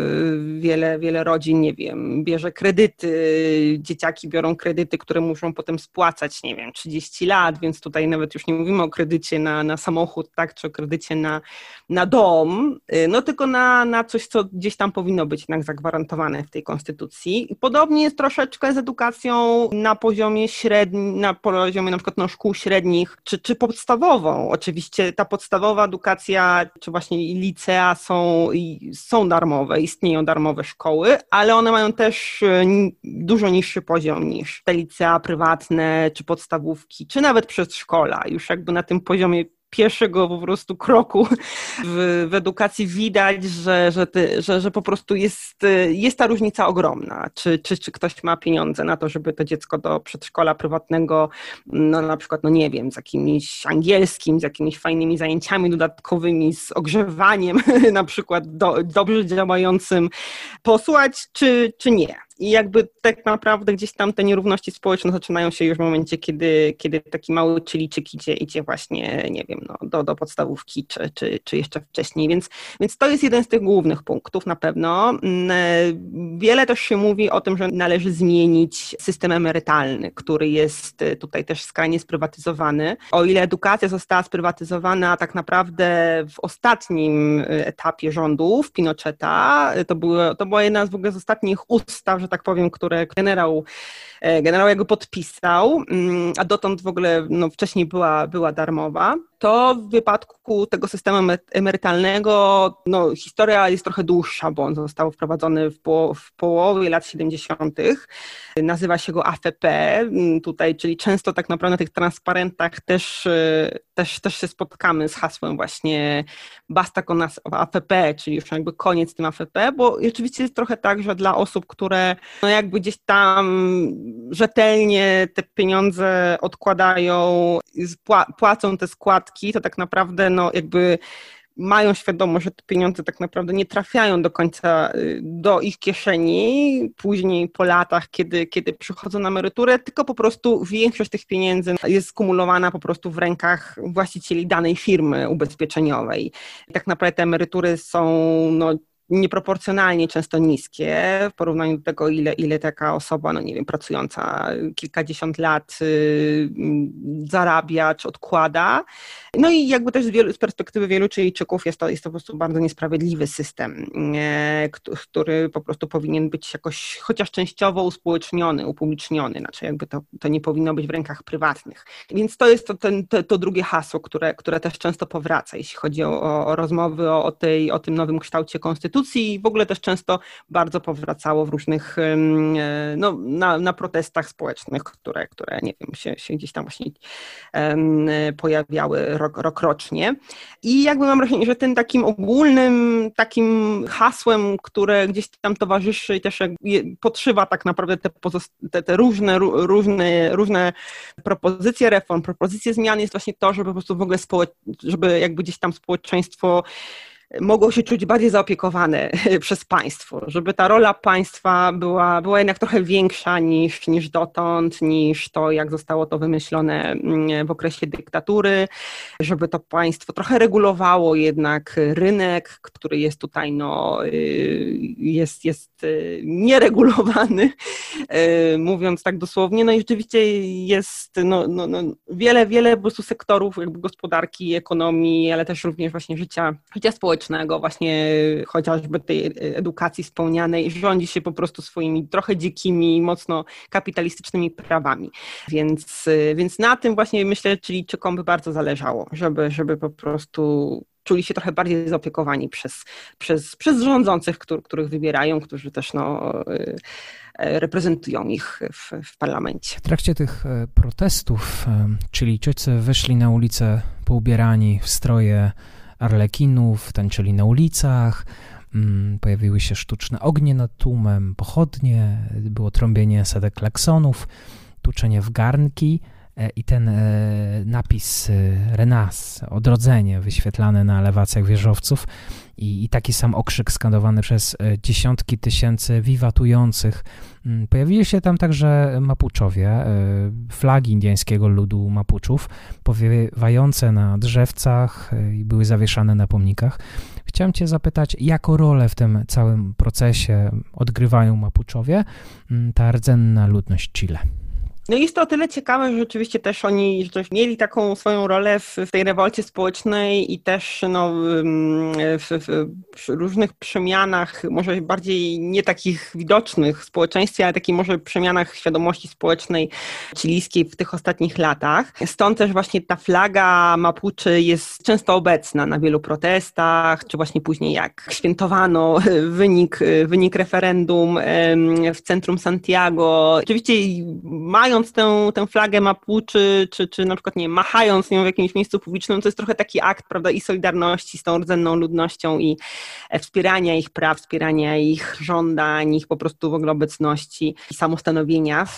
wiele rodzin, nie wiem, bierze kredyty, dzieciaki biorą kredyty, które muszą potem spłacać, nie wiem, 30 lat, więc tutaj nawet już nie mówimy o kredycie na samochód, tak, czy o kredycie na dom, tylko na coś, co gdzieś tam powinno być jednak zagwarantowane w tej konstytucji. I podobnie jest troszeczkę z edukacją na poziomie średnim, na poziomie na przykład szkół średnich, czy podstawową. Oczywiście ta podstawowa edukacja, czy właśnie licea są darmowe, istnieją darmowe szkoły, ale one mają też dużo niższy poziom niż te licea prywatne, czy podstawówki, czy nawet przedszkola. Już jakby na tym poziomie pierwszego po prostu kroku w edukacji widać, że po prostu jest ta różnica ogromna. Czy ktoś ma pieniądze na to, żeby to dziecko do przedszkola prywatnego, na przykład, nie wiem, z jakimś angielskim, z jakimiś fajnymi zajęciami dodatkowymi, z ogrzewaniem na przykład dobrze działającym posłać, czy nie. I jakby tak naprawdę gdzieś tam te nierówności społeczne zaczynają się już w momencie, kiedy taki mały Chilijczyk idzie właśnie, nie wiem, do podstawówki czy jeszcze wcześniej, więc to jest jeden z tych głównych punktów na pewno. Wiele też się mówi o tym, że należy zmienić system emerytalny, który jest tutaj też skrajnie sprywatyzowany. O ile edukacja została sprywatyzowana tak naprawdę w ostatnim etapie rządów Pinocheta, to była jedna z w ogóle z ostatnich ustaw, że tak powiem, które generał jego podpisał, a dotąd w ogóle wcześniej była darmowa, to w wypadku tego systemu emerytalnego historia jest trochę dłuższa, bo on został wprowadzony w połowie lat 70. Nazywa się go AFP tutaj, czyli często tak naprawdę na tych transparentach też się spotkamy z hasłem właśnie basta con AFP, czyli już jakby koniec z tym AFP, bo rzeczywiście jest trochę tak, że dla osób, które jakby gdzieś tam rzetelnie te pieniądze odkładają, płacą te składki, to tak naprawdę jakby mają świadomość, że te pieniądze tak naprawdę nie trafiają do końca do ich kieszeni, później po latach, kiedy przychodzą na emeryturę, tylko po prostu większość tych pieniędzy jest skumulowana po prostu w rękach właścicieli danej firmy ubezpieczeniowej. I tak naprawdę te emerytury są nieproporcjonalnie często niskie w porównaniu do tego, ile taka osoba, nie wiem, pracująca kilkadziesiąt lat zarabia czy odkłada. No i jakby też z perspektywy wielu Chilijczyków jest to po prostu bardzo niesprawiedliwy system, który po prostu powinien być jakoś chociaż częściowo uspołeczniony, upubliczniony, znaczy jakby to nie powinno być w rękach prywatnych. Więc to jest to drugie hasło, które też często powraca, jeśli chodzi o rozmowy o tym nowym kształcie konstytucji i w ogóle też często bardzo powracało w różnych, na protestach społecznych, które nie wiem, się gdzieś tam właśnie pojawiały rokrocznie. I jakby mam wrażenie, że tym takim ogólnym takim hasłem, które gdzieś tam towarzyszy i też podszywa tak naprawdę te różne propozycje reform, propozycje zmian jest właśnie to, żeby po prostu w ogóle żeby jakby gdzieś tam społeczeństwo mogło się czuć bardziej zaopiekowane przez państwo, żeby ta rola państwa była jednak trochę większa niż dotąd, niż to, jak zostało to wymyślone w okresie dyktatury, żeby to państwo trochę regulowało jednak rynek, który jest tutaj jest nieregulowany, mówiąc tak dosłownie, i rzeczywiście jest wiele po prostu sektorów jakby gospodarki, ekonomii, ale też również właśnie życia społecznego, właśnie chociażby tej edukacji wspomnianej, rządzi się po prostu swoimi trochę dzikimi, mocno kapitalistycznymi prawami. Więc na tym właśnie myślę, Chilijczykom by bardzo zależało, żeby po prostu czuli się trochę bardziej zaopiekowani przez rządzących, których wybierają, którzy też reprezentują ich w parlamencie. W trakcie tych protestów Chilijczycy wyszli na ulicę poubierani w stroje arlekinów, tańczyli na ulicach, pojawiły się sztuczne ognie nad tłumem, pochodnie, było trąbienie setek klaksonów, tuczenie w garnki i ten napis Renas, odrodzenie, wyświetlany na elewacjach wieżowców i taki sam okrzyk skandowany przez dziesiątki tysięcy wiwatujących. Pojawili się tam także Mapuczowie, flagi indyjskiego ludu Mapuczów, powiewające na drzewcach i były zawieszane na pomnikach. Chciałem Cię zapytać, jaką rolę w tym całym procesie odgrywają Mapuczowie, ta rdzenna ludność Chile? Jest to o tyle ciekawe, że rzeczywiście też oni mieli taką swoją rolę w tej rewolcie społecznej i też w różnych przemianach, może bardziej nie takich widocznych w społeczeństwie, ale takich może przemianach świadomości społecznej chilijskiej w tych ostatnich latach. Stąd też właśnie ta flaga Mapuczy jest często obecna na wielu protestach, czy właśnie później jak świętowano wynik referendum w centrum Santiago. Oczywiście mają trzymając tę flagę Mapuczy, czy na przykład, nie wiem, machając nią w jakimś miejscu publicznym, to jest trochę taki akt, prawda, i solidarności z tą rdzenną ludnością i wspierania ich praw, wspierania ich żądań, ich po prostu w ogóle obecności i samostanowienia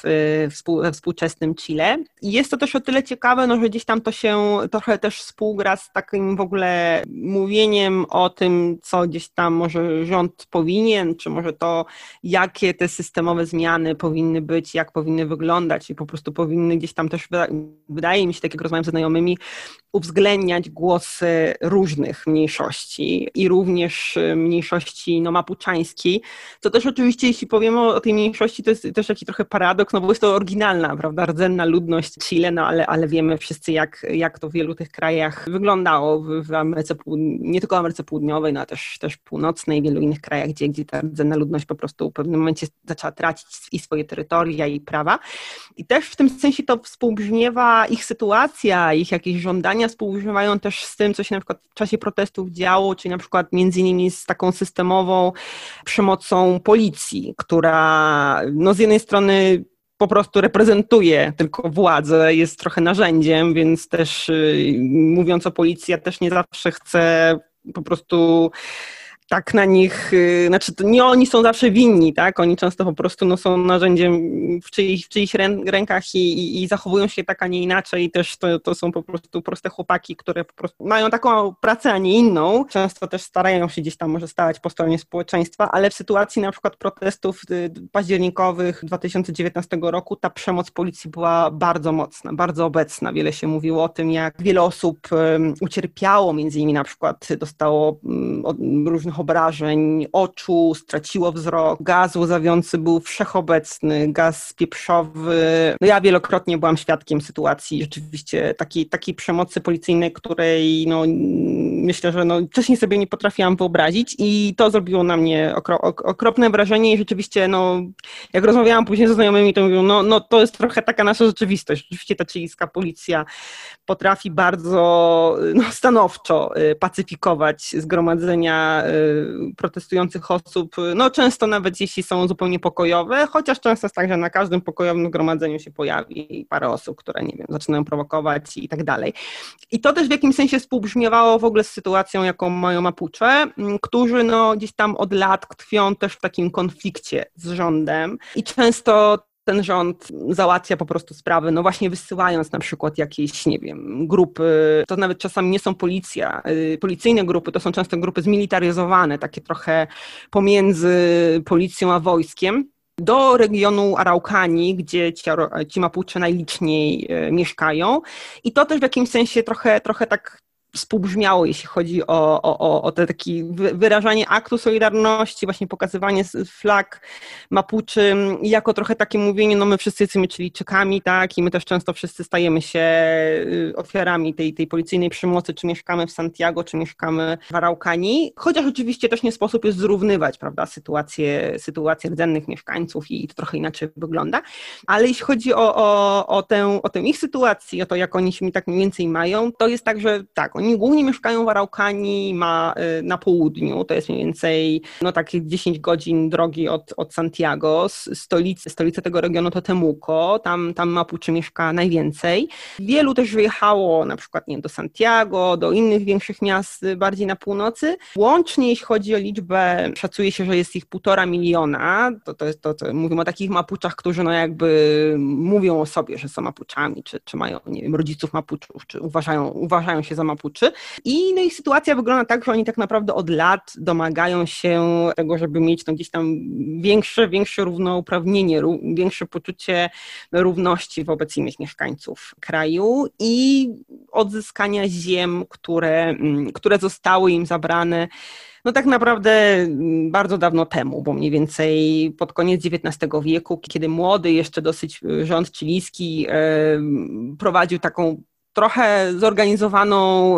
we współczesnym Chile. I jest to też o tyle ciekawe, no, że gdzieś tam to się trochę też współgra z takim w ogóle mówieniem o tym, co gdzieś tam może rząd powinien, czy może to, jakie te systemowe zmiany powinny być, jak powinny wyglądać i po prostu powinny gdzieś tam też, wydaje mi się, tak jak rozmawiam ze znajomymi, uwzględniać głosy różnych mniejszości i również mniejszości mapuczańskiej, co też oczywiście, jeśli powiemy o tej mniejszości, to jest też taki trochę paradoks, no bo jest to oryginalna, prawda, rdzenna ludność Chile, no ale wiemy wszyscy, jak to w wielu tych krajach wyglądało w Ameryce, nie tylko w Ameryce Południowej, no ale też północnej, w wielu innych krajach, gdzie ta rdzenna ludność po prostu w pewnym momencie zaczęła tracić i swoje terytoria i prawa. I też w tym sensie to współbrzmiewa ich sytuacja, ich jakieś żądania współbrzmiewają też z tym, co się na przykład w czasie protestów działo, czyli na przykład między innymi z taką systemową przemocą policji, która no z jednej strony po prostu reprezentuje tylko władzę, jest trochę narzędziem, więc też mówiąc o policji, ja też nie zawsze chcę po prostu tak na nich, znaczy to nie oni są zawsze winni, tak? Oni często po prostu są narzędziem w czyichś rękach i zachowują się tak, a nie inaczej. I też to są po prostu proste chłopaki, które po prostu mają taką pracę, a nie inną. Często też starają się gdzieś tam może stawać po stronie społeczeństwa, ale w sytuacji na przykład protestów październikowych 2019 roku ta przemoc policji była bardzo mocna, bardzo obecna. Wiele się mówiło o tym, jak wiele osób ucierpiało, między innymi na przykład dostało różnych obrażeń oczu, straciło wzrok, gaz łzawiący był wszechobecny, gaz pieprzowy. No ja wielokrotnie byłam świadkiem sytuacji rzeczywiście takiej przemocy policyjnej, której no, myślę, że no, wcześniej sobie nie potrafiłam wyobrazić i to zrobiło na mnie okropne wrażenie i rzeczywiście no, jak rozmawiałam później ze znajomymi, to mówią, no to jest trochę taka nasza rzeczywistość. Rzeczywiście ta chilijska policja potrafi bardzo stanowczo pacyfikować zgromadzenia protestujących osób, no często nawet jeśli są zupełnie pokojowe, chociaż często jest tak, że na każdym pokojowym zgromadzeniu się pojawi parę osób, które, nie wiem, zaczynają prowokować i tak dalej. I to też w jakimś sensie współbrzmiewało w ogóle z sytuacją, jaką mają Mapuche, którzy no gdzieś tam od lat tkwią też w takim konflikcie z rządem i często ten rząd załatwia po prostu sprawy, no właśnie wysyłając na przykład jakieś, nie wiem, grupy, to nawet czasami nie są policyjne grupy, to są często grupy zmilitaryzowane, takie trochę pomiędzy policją a wojskiem, do regionu Araucanii, gdzie ci Mapuche najliczniej mieszkają i to też w jakimś sensie trochę tak współbrzmiało, jeśli chodzi o te takie wyrażanie aktu solidarności, właśnie pokazywanie flag Mapuczy jako trochę takie mówienie, no my wszyscy jesteśmy Chilijczykami, tak, i my też często wszyscy stajemy się ofiarami tej policyjnej przemocy, czy mieszkamy w Santiago, czy mieszkamy w Araucanii, chociaż oczywiście też nie sposób jest zrównywać, prawda, sytuację rdzennych mieszkańców i to trochę inaczej wygląda, ale jeśli chodzi o tę ich sytuację, o to, jak oni się tak mniej więcej mają, to jest tak, że tak, oni głównie mieszkają w Araucanii, na południu, to jest mniej więcej no takie 10 godzin drogi od Santiago, stolicy tego regionu to Temuco, tam Mapuche mieszka najwięcej. Wielu też wyjechało na przykład nie do Santiago, do innych większych miast bardziej na północy. Łącznie jeśli chodzi o liczbę, szacuje się, że jest ich 1,5 miliona, to jest to, mówimy o takich Mapuczach, którzy no jakby mówią o sobie, że są Mapuczami, czy mają, nie wiem, rodziców Mapuczów, czy uważają się za Mapuczy. I no ich sytuacja wygląda tak, że oni tak naprawdę od lat domagają się tego, żeby mieć no gdzieś tam większe równouprawnienie, większe poczucie równości wobec innych mieszkańców kraju i odzyskania ziem, które zostały im zabrane no tak naprawdę bardzo dawno temu, bo mniej więcej pod koniec XIX wieku, kiedy młody jeszcze dosyć rząd chilijski prowadził taką trochę zorganizowaną,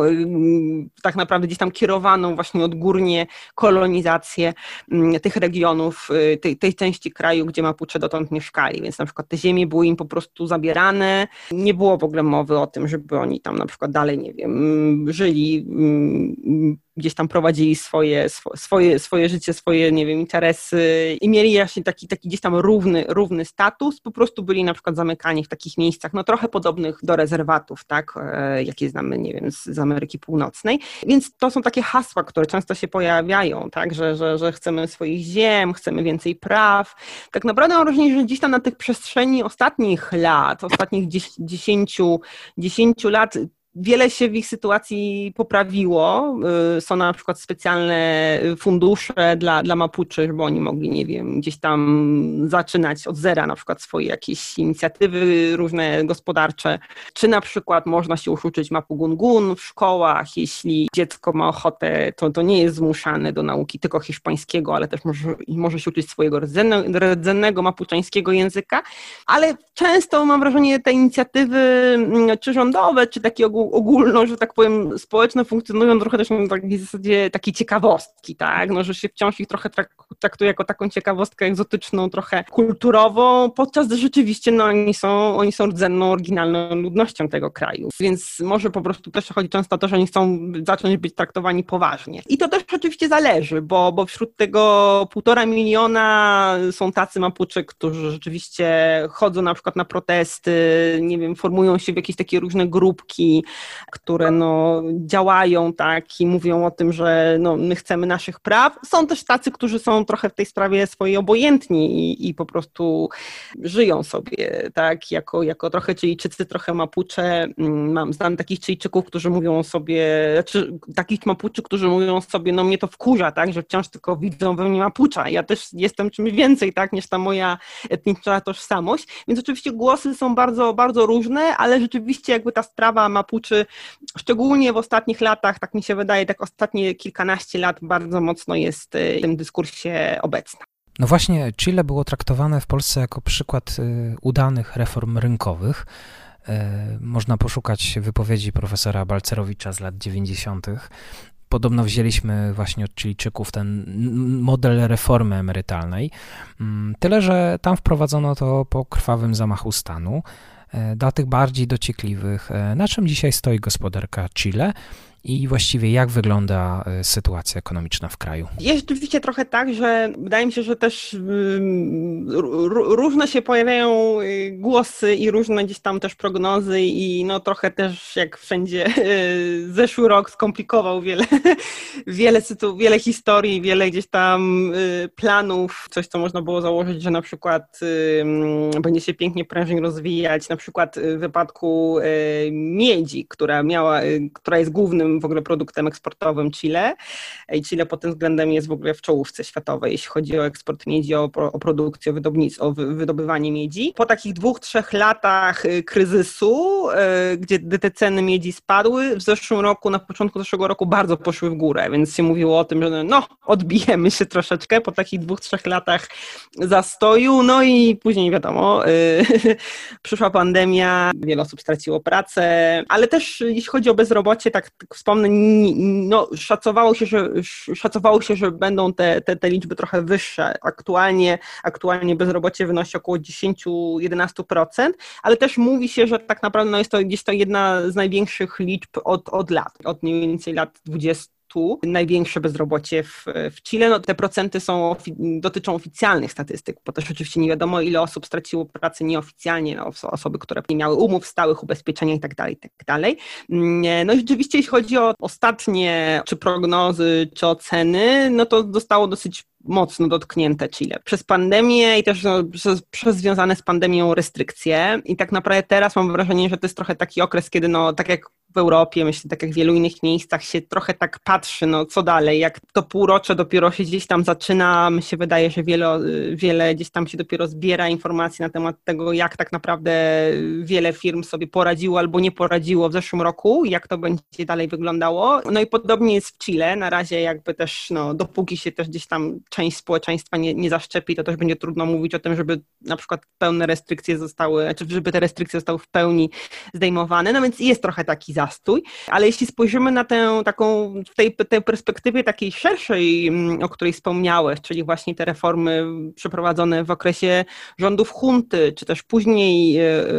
tak naprawdę gdzieś tam kierowaną właśnie odgórnie kolonizację tych regionów, tej części kraju, gdzie Mapuche dotąd mieszkali, więc na przykład te ziemie były im po prostu zabierane, nie było w ogóle mowy o tym, żeby oni tam na przykład dalej, nie wiem, żyli, gdzieś tam prowadzili swoje życie, swoje, nie wiem, interesy i mieli właśnie taki gdzieś tam równy status, po prostu byli na przykład zamykani w takich miejscach, no trochę podobnych do rezerwatów, tak, jakie znamy, nie wiem, z Ameryki Północnej. Więc to są takie hasła, które często się pojawiają, tak, że chcemy swoich ziem, chcemy więcej praw. Tak naprawdę mam wrażenie, że gdzieś tam na tych przestrzeni ostatnich 10 lat, wiele się w ich sytuacji poprawiło. Są na przykład specjalne fundusze dla Mapuczy, żeby oni mogli, nie wiem, gdzieś tam zaczynać od zera na przykład swoje jakieś inicjatywy różne gospodarcze, czy na przykład można się już uczyć mapugungun w szkołach, jeśli dziecko ma ochotę, to nie jest zmuszane do nauki tylko hiszpańskiego, ale też może się uczyć swojego rdzennego mapuczańskiego języka, ale często mam wrażenie, te inicjatywy czy rządowe, czy takie ogólno, że tak powiem, społeczne funkcjonują trochę też na takiej zasadzie takiej ciekawostki, tak, no, że się wciąż ich trochę traktuje jako taką ciekawostkę egzotyczną, trochę kulturową, podczas gdy rzeczywiście no, oni są rdzenną, oryginalną ludnością tego kraju, więc może po prostu też chodzi często o to, że oni chcą zacząć być traktowani poważnie. I to też oczywiście zależy, bo wśród tego 1,5 miliona są tacy Mapucze, którzy rzeczywiście chodzą na przykład na protesty, nie wiem, formują się w jakieś takie różne grupki, które no, działają tak i mówią o tym, że no, my chcemy naszych praw. Są też tacy, którzy są trochę w tej sprawie swojej obojętni i po prostu żyją sobie tak, jako trochę Chilijczycy, trochę Mapucze. Znam takich Chilijczyków, którzy mówią o sobie, znaczy takich Mapuczy, którzy mówią o sobie, no mnie to wkurza, tak, że wciąż tylko widzą we mnie Mapucza. Ja też jestem czymś więcej, tak, niż ta moja etniczna tożsamość. Więc oczywiście głosy są bardzo, bardzo różne, ale rzeczywiście jakby ta sprawa Mapuczy, szczególnie w ostatnich latach, tak mi się wydaje, tak ostatnie kilkanaście lat bardzo mocno jest w tym dyskursie obecna. No właśnie, Chile było traktowane w Polsce jako przykład udanych reform rynkowych. Można poszukać wypowiedzi profesora Balcerowicza z lat 90. Podobno wzięliśmy właśnie od Chilijczyków ten model reformy emerytalnej, tyle że tam wprowadzono to po krwawym zamachu stanu. Dla tych bardziej dociekliwych, na czym dzisiaj stoi gospodarka Chile i właściwie jak wygląda sytuacja ekonomiczna w kraju? Jest rzeczywiście trochę tak, że wydaje mi się, że też różne się pojawiają głosy i różne gdzieś tam też prognozy i no trochę też jak wszędzie zeszły rok skomplikował wiele historii, wiele gdzieś tam planów, coś co można było założyć, że na przykład będzie się pięknie prężnie rozwijać, na przykład w wypadku miedzi, która jest głównym w ogóle produktem eksportowym Chile i Chile pod tym względem jest w ogóle w czołówce światowej, jeśli chodzi o eksport miedzi, o produkcję, o wydobywanie miedzi. Po takich 2-3 latach kryzysu, gdzie te ceny miedzi spadły, w zeszłym roku, na początku zeszłego roku bardzo poszły w górę, więc się mówiło o tym, że no odbijemy się troszeczkę po takich 2-3 latach zastoju, no i później wiadomo, przyszła pandemia, wiele osób straciło pracę, ale też jeśli chodzi o bezrobocie, tak wspomnę, no, szacowało się, że będą te liczby trochę wyższe. Aktualnie bezrobocie wynosi około 10-11%, ale też mówi się, że tak naprawdę no, jest to gdzieś to jedna z największych liczb od lat, od mniej więcej lat 20. Największe bezrobocie w Chile. No, te procenty dotyczą oficjalnych statystyk, bo też oczywiście nie wiadomo, ile osób straciło pracę nieoficjalnie, no, osoby, które nie miały umów stałych, ubezpieczenia i tak dalej. No i rzeczywiście, jeśli chodzi o ostatnie czy prognozy, czy oceny, no to zostało dosyć mocno dotknięte Chile przez pandemię i też przez związane z pandemią restrykcje i tak naprawdę teraz mam wrażenie, że to jest trochę taki okres, kiedy no tak jak w Europie, myślę, tak jak w wielu innych miejscach się trochę tak patrzy, no co dalej, jak to półrocze dopiero się gdzieś tam zaczyna, mi się wydaje, że wiele gdzieś tam się dopiero zbiera informacji na temat tego, jak tak naprawdę wiele firm sobie poradziło albo nie poradziło w zeszłym roku, jak to będzie dalej wyglądało. No i podobnie jest w Chile, na razie jakby też, no dopóki się też gdzieś tam część społeczeństwa nie zaszczepi, to też będzie trudno mówić o tym, żeby na przykład pełne restrykcje zostały, czy żeby te restrykcje zostały w pełni zdejmowane, no więc jest trochę taki zastój, ale jeśli spojrzymy na tę taką, w tej perspektywie takiej szerszej, o której wspomniałeś, czyli właśnie te reformy przeprowadzone w okresie rządów junty, czy też później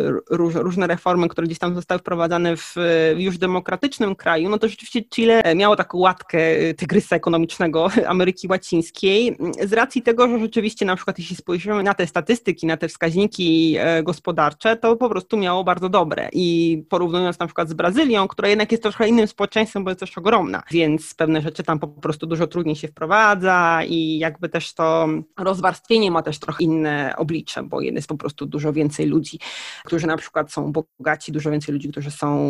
różne reformy, które gdzieś tam zostały wprowadzane w już demokratycznym kraju, no to rzeczywiście Chile miało taką łatkę tygrysa ekonomicznego Ameryki Łacińskiej z racji tego, że rzeczywiście na przykład jeśli spojrzymy na te statystyki, na te wskaźniki gospodarcze, to po prostu miało bardzo dobre i porównując na przykład z Brazylią, która jednak jest trochę innym społeczeństwem, bo jest też ogromna, więc pewne rzeczy tam po prostu dużo trudniej się wprowadza i jakby też to rozwarstwienie ma też trochę inne oblicze, bo jest po prostu dużo więcej ludzi, którzy na przykład są bogaci, dużo więcej ludzi, którzy są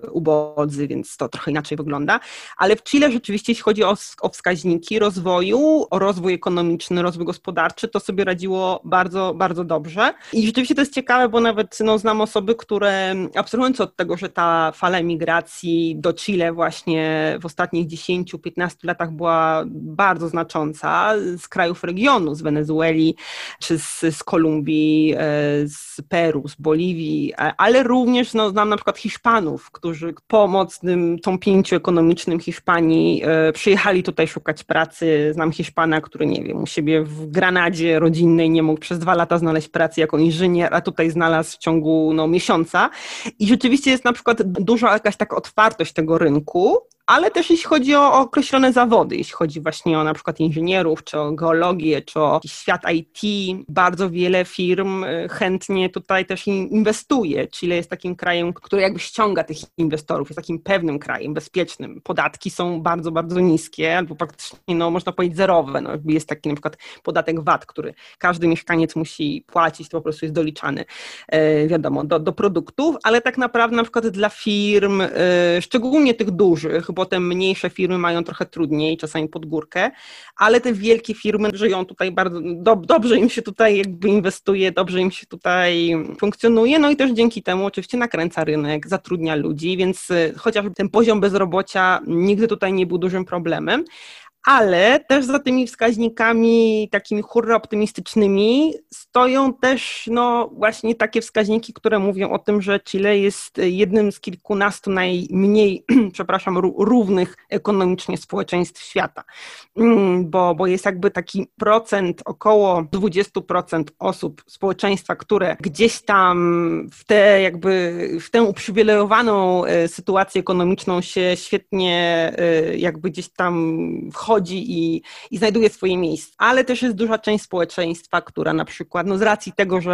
ubodzy, więc to trochę inaczej wygląda, ale w Chile rzeczywiście jeśli chodzi o wskaźniki rozwoju, o rozwój ekonomiczny, rozwój gospodarczy, to sobie radziło bardzo, bardzo dobrze i rzeczywiście to jest ciekawe, bo nawet znam osoby, które abstrahując od tego, że ta fala emigracji do Chile właśnie w ostatnich 10-15 latach była bardzo znacząca z krajów regionu, z Wenezueli, czy z Kolumbii, z Peru, z Boliwii, ale również znam na przykład Hiszpanów, którzy po mocnym tąpnięciu ekonomicznym Hiszpanii przyjechali tutaj szukać pracy. Znam Hiszpana, który nie wiem, u siebie w Granadzie rodzinnej nie mógł przez 2 lata znaleźć pracy jako inżynier, a tutaj znalazł w ciągu miesiąca. I rzeczywiście jest na przykład duża jakaś taka otwartość tego rynku, ale też jeśli chodzi o określone zawody, jeśli chodzi właśnie o na przykład inżynierów, czy o geologię, czy o świat IT, bardzo wiele firm chętnie tutaj też inwestuje. Chile jest takim krajem, który jakby ściąga tych inwestorów, jest takim pewnym krajem, bezpiecznym. Podatki są bardzo, bardzo niskie, albo praktycznie można powiedzieć zerowe. Jest taki na przykład podatek VAT, który każdy mieszkaniec musi płacić, to po prostu jest doliczany, wiadomo, do produktów, ale tak naprawdę na przykład dla firm, szczególnie tych dużych, bo te mniejsze firmy mają trochę trudniej, czasami pod górkę, ale te wielkie firmy żyją tutaj bardzo dobrze im się tutaj jakby inwestuje, dobrze im się tutaj funkcjonuje, no i też dzięki temu oczywiście nakręca rynek, zatrudnia ludzi, więc chociażby ten poziom bezrobocia nigdy tutaj nie był dużym problemem, ale też za tymi wskaźnikami takimi hurra optymistycznymi stoją też właśnie takie wskaźniki, które mówią o tym, że Chile jest jednym z kilkunastu najmniej, równych ekonomicznie społeczeństw świata, bo jest jakby taki procent, około 20% osób społeczeństwa, które gdzieś tam w tę uprzywilejowaną sytuację ekonomiczną się świetnie jakby gdzieś tam wchodzi i znajduje swoje miejsce, ale też jest duża część społeczeństwa, która na przykład, z racji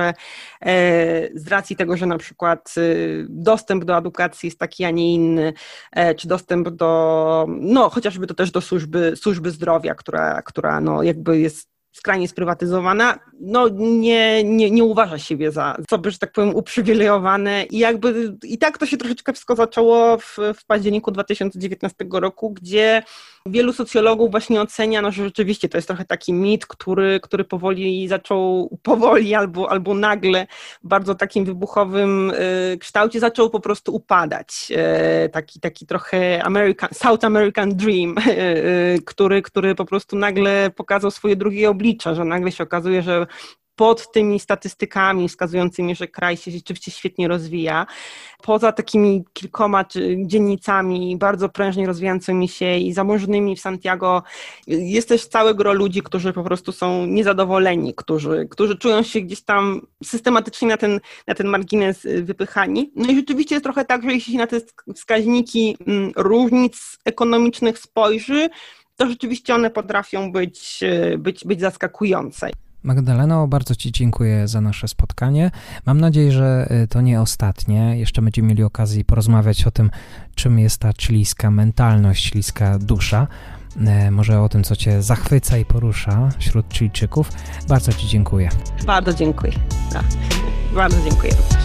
tego, że na przykład dostęp do edukacji jest taki, a nie inny, czy dostęp do, chociażby to też do służby zdrowia, która jakby jest skrajnie sprywatyzowana, nie uważa siebie za osoby, że tak powiem, uprzywilejowane i tak to się troszeczkę wszystko zaczęło w październiku 2019 roku, gdzie wielu socjologów właśnie ocenia, że rzeczywiście to jest trochę taki mit, który powoli albo nagle w bardzo takim wybuchowym kształcie zaczął po prostu upadać. Taki trochę South American Dream, który po prostu nagle pokazał swoje drugie oblicze, że nagle się okazuje, że pod tymi statystykami wskazującymi, że kraj się rzeczywiście świetnie rozwija, poza takimi kilkoma dzielnicami bardzo prężnie rozwijającymi się i zamożnymi w Santiago, jest też całe gro ludzi, którzy po prostu są niezadowoleni, którzy czują się gdzieś tam systematycznie na ten margines wypychani. No i rzeczywiście jest trochę tak, że jeśli się na te wskaźniki różnic ekonomicznych spojrzy, to rzeczywiście one potrafią być zaskakujące. Magdaleno, bardzo Ci dziękuję za nasze spotkanie. Mam nadzieję, że to nie ostatnie. Jeszcze będziemy mieli okazję porozmawiać o tym, czym jest ta chilijska mentalność, chilijska dusza. Może o tym, co Cię zachwyca i porusza wśród Chilijczyków. Bardzo Ci dziękuję. Bardzo dziękuję. Bardzo dziękuję.